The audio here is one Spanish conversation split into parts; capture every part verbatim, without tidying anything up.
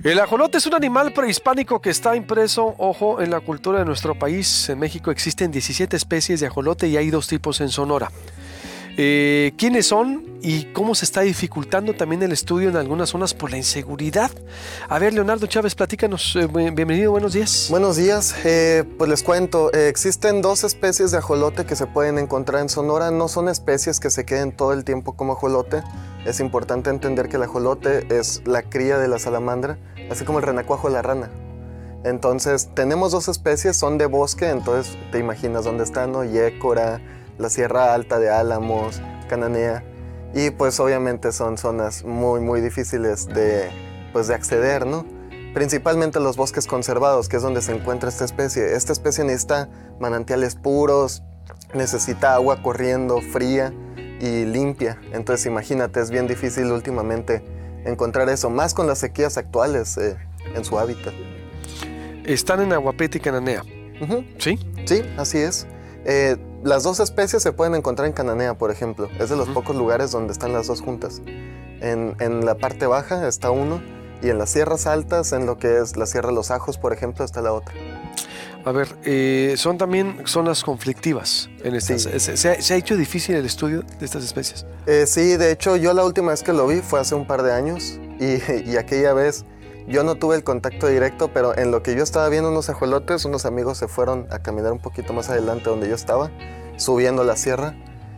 El ajolote es un animal prehispánico que está impreso, ojo, en la cultura de nuestro país. En México existen diecisiete especies de ajolote y hay dos tipos en Sonora. Eh, ¿Quiénes son y cómo se está dificultando también el estudio en algunas zonas por la inseguridad? A ver, Leonardo Chávez, platícanos. Eh, bienvenido, buenos días. Buenos días. Eh, pues les cuento, eh, existen dos especies de ajolote que se pueden encontrar en Sonora. No son especies que se queden todo el tiempo como ajolote. Es importante entender que el ajolote es la cría de la salamandra, así como el renacuajo de la rana. Entonces, tenemos dos especies, son de bosque, entonces te imaginas dónde están, ¿no? Yécora, la Sierra Alta de Álamos, Cananea, y pues obviamente son zonas muy muy difíciles de, pues, de acceder, ¿no? Principalmente los bosques conservados, que es donde se encuentra esta especie. Esta especie necesita manantiales puros, necesita agua corriendo, fría y limpia. Entonces imagínate, es bien difícil últimamente encontrar eso, más con las sequías actuales eh, en su hábitat. Están en Agua Prieta y Cananea. Uh-huh. ¿Sí? Sí, así es. Eh, las dos especies se pueden encontrar en Cananea, por ejemplo. Es de los uh-huh. pocos lugares donde están las dos juntas. En, en la parte baja está uno, y en las sierras altas, en lo que es la Sierra de los Ajos, por ejemplo, está la otra. A ver, eh, son también zonas conflictivas en estas. Sí. ¿Se, se, ha, ¿Se ha hecho difícil el estudio de estas especies? Eh, sí, de hecho, yo la última vez que lo vi fue hace un par de años, y, y aquella vez yo no tuve el contacto directo, pero en lo que yo estaba viendo unos ajolotes, unos amigos se fueron a caminar un poquito más adelante donde yo estaba, subiendo la sierra,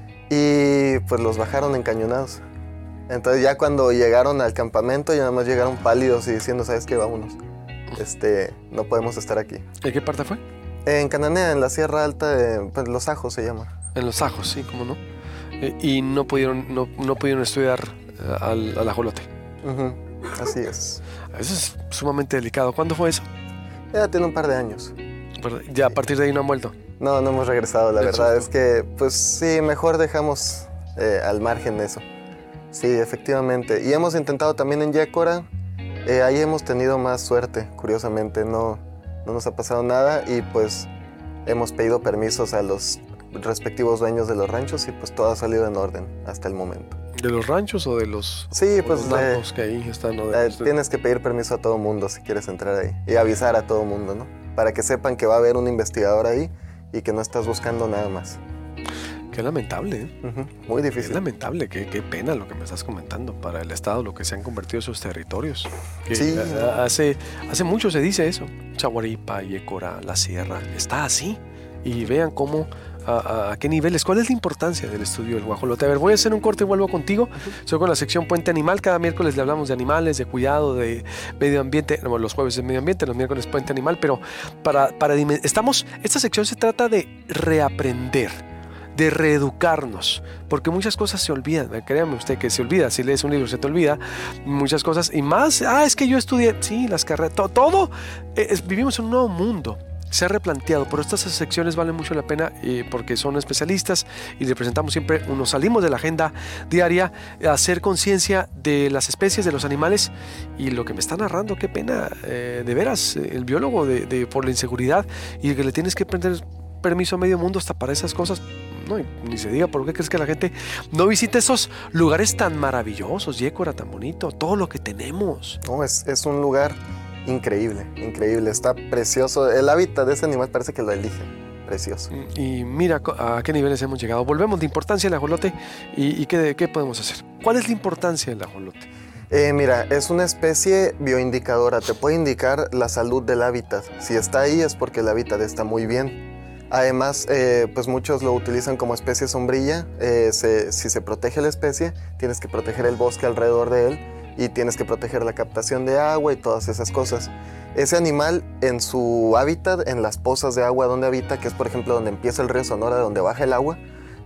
y pues los bajaron encañonados. Entonces ya cuando llegaron al campamento, ya nada más llegaron pálidos y diciendo, ¿sabes qué? Vámonos. Este, no podemos estar aquí. ¿En qué parte fue? En Cananea, en la Sierra Alta de pues, Los Ajos se llama. En Los Ajos, sí, cómo no. Eh, y no pudieron, no, no pudieron estudiar uh, al, al ajolote. Uh-huh. Así es. Eso es sumamente delicado. ¿Cuándo fue eso? Ya tiene un par de años. ¿Ya a partir de ahí no han vuelto? No, no hemos regresado, la verdad es que, pues sí, mejor dejamos eh, al margen eso. Sí, efectivamente. Y hemos intentado también en Yécora. Eh, ahí hemos tenido más suerte, curiosamente. No, no nos ha pasado nada y pues hemos pedido permisos a los respectivos dueños de los ranchos y pues todo ha salido en orden hasta el momento. ¿De los ranchos o de los, sí, pues, los narcos eh, que ahí están? ¿No? Eh, tienes que pedir permiso a todo mundo si quieres entrar ahí y avisar a todo mundo, ¿no? Para que sepan que va a haber un investigador ahí y que no estás buscando nada más. Qué lamentable, ¿eh? Uh-huh. Muy difícil. Qué lamentable, qué, qué pena lo que me estás comentando para el Estado, lo que se han convertido esos territorios. Que sí. Hace, hace mucho se dice eso. Chaguaripa, Yécora, la Sierra, está así. Y vean cómo, a, a, a qué niveles, cuál es la importancia del estudio del guajolote. A ver, voy a hacer un corte y vuelvo contigo. Uh-huh. Soy con la sección Puente Animal. Cada miércoles le hablamos de animales, de cuidado, de medio ambiente. No, los jueves de medio ambiente, los miércoles Puente Animal. Pero para, para estamos, esta sección se trata de reaprender, de reeducarnos, porque muchas cosas se olvidan. Créame usted que se olvida, si lees un libro se te olvida muchas cosas, y más, ah, es que yo estudié, sí, las carreras, todo, todo es, vivimos en un nuevo mundo, se ha replanteado, pero estas secciones valen mucho la pena eh, porque son especialistas y le presentamos siempre, nos salimos de la agenda diaria a hacer conciencia de las especies, de los animales, y lo que me está narrando, qué pena, eh, de veras, el biólogo de, de, por la inseguridad, y que le tienes que prender permiso a medio mundo hasta para esas cosas. No, ni se diga, ¿por qué crees que la gente no visita esos lugares tan maravillosos? Yécora, tan bonito, todo lo que tenemos. No, es, es un lugar increíble, increíble, está precioso. El hábitat de ese animal parece que lo elige, precioso. Y, y mira a qué niveles hemos llegado. Volvemos de importancia del ajolote y, y qué, qué podemos hacer. ¿Cuál es la importancia del ajolote? Eh, mira, es una especie bioindicadora, te puede indicar la salud del hábitat. Si está ahí es porque el hábitat está muy bien. Además, eh, pues muchos lo utilizan como especie sombrilla. Eh, se, si se protege la especie, tienes que proteger el bosque alrededor de él y tienes que proteger la captación de agua y todas esas cosas. Ese animal en su hábitat, en las pozas de agua donde habita, que es por ejemplo donde empieza el río Sonora, donde baja el agua,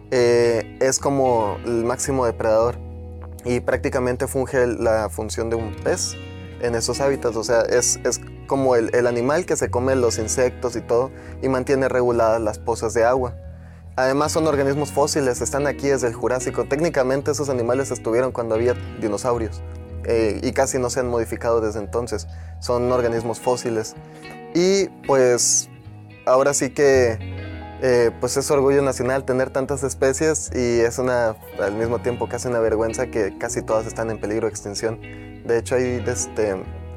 eh, es como el máximo depredador y prácticamente funge la función de un pez en esos hábitats. O sea, es, es como el, el animal que se come los insectos y todo y mantiene reguladas las pozas de agua. Además son organismos fósiles, están aquí desde el Jurásico. Técnicamente esos animales estuvieron cuando había dinosaurios eh, y casi no se han modificado desde entonces. Son organismos fósiles y pues ahora sí que eh, pues es orgullo nacional tener tantas especies y es una, al mismo tiempo casi una vergüenza que casi todas están en peligro de extinción. De hecho hay este,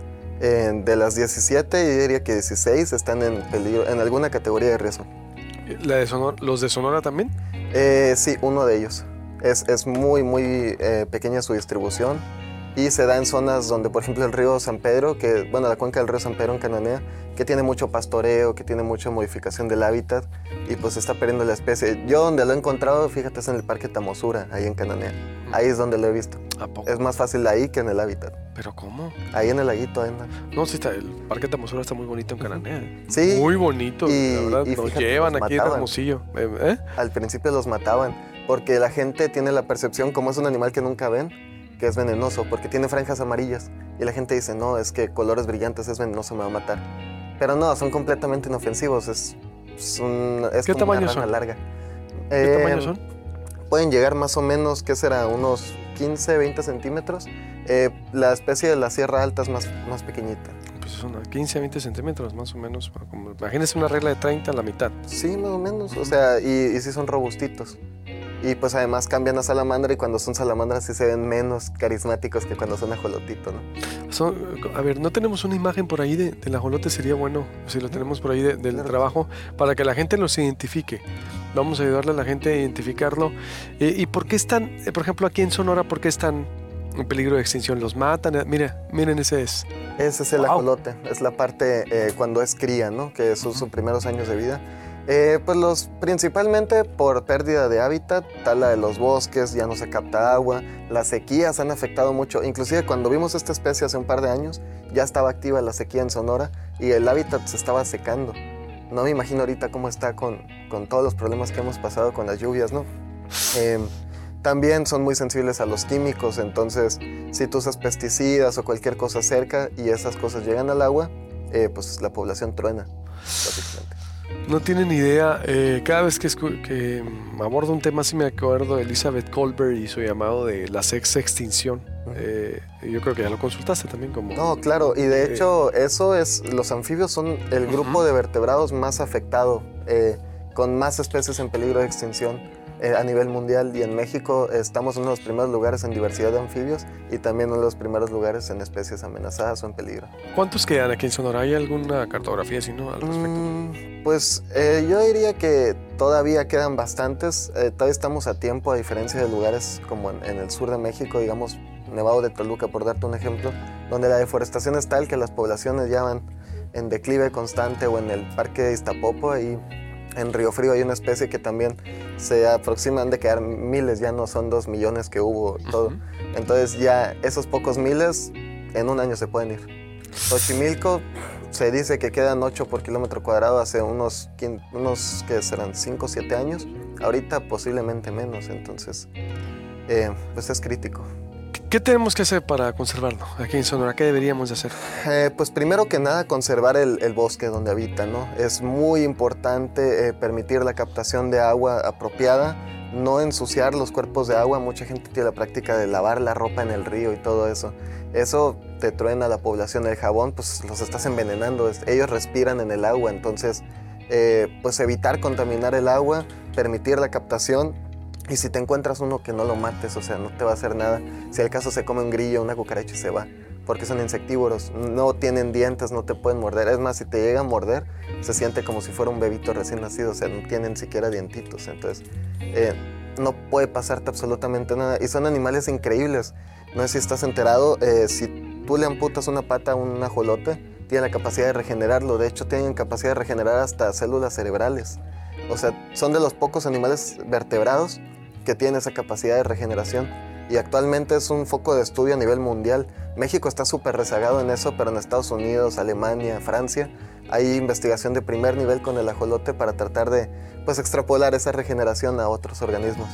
Eh, de las diecisiete, yo diría que dieciséis están en peligro, en alguna categoría de riesgo. ¿La de Sonora, ¿Los de Sonora también? Eh, sí, uno de ellos. Es, es muy, muy eh, pequeña su distribución y se da en zonas donde, por ejemplo, el río San Pedro, que, bueno, la cuenca del río San Pedro en Cananea, que tiene mucho pastoreo, que tiene mucha modificación del hábitat y pues se está perdiendo la especie. Yo donde lo he encontrado, fíjate, es en el Parque Tamosura, ahí en Cananea. Ahí es donde lo he visto. ¿A poco? Es más fácil ahí que en el hábitat. ¿Pero cómo? Ahí en el laguito anda. No, sí está, el Parque Tamosura está muy bonito en Cananea. Sí. Muy bonito, y, la verdad. y Nos fíjate, llevan los aquí mataban. en Hermosillo. ¿Eh? Al principio los mataban porque la gente tiene la percepción, como es un animal que nunca ven, que es venenoso, porque tiene franjas amarillas. Y la gente dice, no, es que colores brillantes es venenoso, me va a matar. Pero no, son completamente inofensivos. Es, es, un, es ¿Qué como tamaño una rana son? larga. ¿Qué Eh, tamaño son? Pueden llegar más o menos, ¿qué será? Unos quince, veinte centímetros. Eh, la especie de la Sierra Alta es más, más pequeñita. Pues son quince a veinte centímetros más o menos. Como, imagínense una regla de treinta a la mitad. Sí, más o menos. O sea, y, y sí son robustitos. Y pues además cambian a salamandra y cuando son salamandras sí se ven menos carismáticos que cuando son ajolotito, ¿no? Son, a ver, ¿no tenemos una imagen por ahí de, del ajolote? Sería bueno si lo tenemos por ahí de, del Claro. trabajo para que la gente los identifique. Vamos a ayudarle a la gente a identificarlo. Eh, ¿Y por qué están, eh, por ejemplo, aquí en Sonora, por qué están en peligro de extinción? ¿Los matan? Eh, Mira, miren, ese es. Ese es el Wow. ajolote, es la parte eh, cuando es cría, ¿no? Que son sus primeros años de vida. Eh, pues los principalmente por pérdida de hábitat, tala de los bosques, ya no se capta agua, las sequías han afectado mucho. Inclusive cuando vimos esta especie hace un par de años, ya estaba activa la sequía en Sonora y el hábitat se estaba secando. No me imagino ahorita cómo está con, con todos los problemas que hemos pasado con las lluvias, ¿no? Eh, También son muy sensibles a los químicos, entonces si tú usas pesticidas o cualquier cosa cerca y esas cosas llegan al agua, eh, pues la población truena, básicamente. No tienen idea. Eh, cada vez que, escu- que mm, abordo un tema así me acuerdo de Elizabeth Colbert y su llamado de la sexta extinción. Ujú. Eh, yo creo que ya lo consultaste también como... No, claro, y de Eh, hecho eso es, los anfibios son el grupo Ujú. de vertebrados más afectado, eh, con más especies en peligro de extinción eh, a nivel mundial, y en México estamos en uno de los primeros lugares en diversidad de anfibios y también uno de los primeros lugares en especies amenazadas o en peligro. ¿Cuántos quedan aquí en Sonora? ¿Hay alguna cartografía así, no, al respecto? Mm, pues eh, yo diría que todavía quedan bastantes, eh, todavía estamos a tiempo, a diferencia de lugares como en, en el sur de México, digamos Nevado de Toluca, por darte un ejemplo, donde la deforestación es tal que las poblaciones ya van en declive constante, o en el parque de Iztapopo, ahí en Río Frío hay una especie que también se aproximan de quedar miles, ya no son dos millones que hubo y todo. Ujú. Entonces ya esos pocos miles en un año se pueden ir. Xochimilco se dice que quedan ocho por kilómetro cuadrado hace unos, quin- unos que serán cinco o siete años. Ahorita posiblemente menos, entonces eh, pues es crítico. ¿Qué tenemos que hacer para conservarlo aquí en Sonora? ¿Qué deberíamos de hacer? Eh, pues primero que nada conservar el, el bosque donde habita, ¿no? Es muy importante eh, permitir la captación de agua apropiada, no ensuciar los cuerpos de agua. Mucha gente tiene la práctica de lavar la ropa en el río y todo eso. Eso te truena a la población. El jabón, pues los estás envenenando. Es- Ellos respiran en el agua, entonces eh, pues evitar contaminar el agua, permitir la captación. Y si te encuentras uno, que no lo mates, o sea, no te va a hacer nada. Si al caso se come un grillo, una cucaracha y se va, porque son insectívoros, no tienen dientes, no te pueden morder. Es más, si te llega a morder, se siente como si fuera un bebito recién nacido, o sea, no tienen siquiera dientitos. Entonces, eh, no puede pasarte absolutamente nada. Y son animales increíbles. No sé si estás enterado, eh, si tú le amputas una pata a un ajolote, tiene la capacidad de regenerarlo. De hecho, tienen capacidad de regenerar hasta células cerebrales. O sea, son de los pocos animales vertebrados que tienen esa capacidad de regeneración. Y actualmente es un foco de estudio a nivel mundial. México está súper rezagado en eso, pero en Estados Unidos, Alemania, Francia, hay investigación de primer nivel con el ajolote para tratar de pues, extrapolar esa regeneración a otros organismos.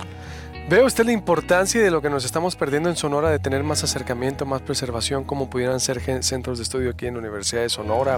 ¿Ve usted la importancia de lo que nos estamos perdiendo en Sonora de tener más acercamiento, más preservación, como pudieran ser gen- centros de estudio aquí en la Universidad de Sonora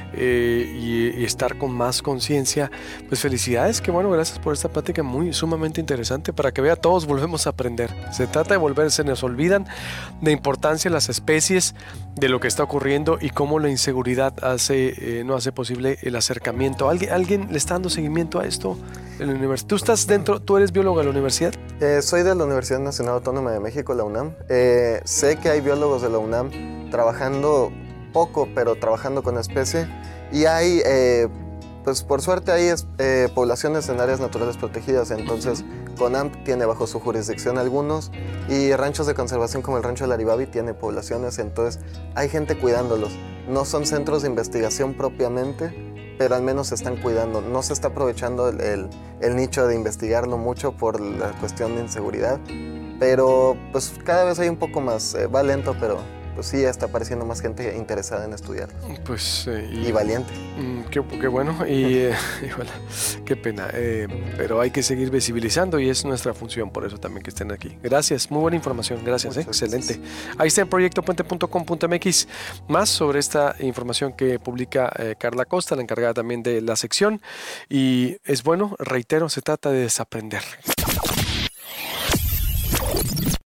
eh, y, y estar con más conciencia? Pues felicidades, que bueno, gracias por esta plática muy sumamente interesante para que vea, todos volvemos a aprender. Se trata de volver, se nos olvidan de importancia las especies, de lo que está ocurriendo y cómo la inseguridad hace, eh, no hace posible el acercamiento. ¿Alguien, ¿Alguien le está dando seguimiento a esto en la universidad? ¿Tú estás dentro, tú eres biólogo de la universidad? Eh, soy de la Universidad Nacional Autónoma de México, la UNAM. Eh, sé que hay biólogos de la UNAM trabajando poco, pero trabajando con especie. Y hay, eh, pues por suerte hay eh, poblaciones en áreas naturales protegidas, entonces CONAMP tiene bajo su jurisdicción algunos, y ranchos de conservación como el rancho del Aribabi tiene poblaciones, entonces hay gente cuidándolos. No son centros de investigación propiamente, pero al menos se están cuidando. No se está aprovechando el, el, el nicho de investigarlo mucho por la cuestión de inseguridad, pero pues cada vez hay un poco más, eh, va lento, pero pues sí está apareciendo más gente interesada en estudiarlo. Pues, eh, y, y valiente. Mm, qué, qué bueno, y eh, híjole, qué pena, eh, pero hay que seguir visibilizando y es nuestra función, por eso también que estén aquí. Gracias, muy buena información, gracias, eh, excelente. Gracias. Ahí está en proyecto puente punto com punto m x más sobre esta información que publica eh, Carla Costa, la encargada también de la sección, y es bueno, reitero, se trata de desaprender.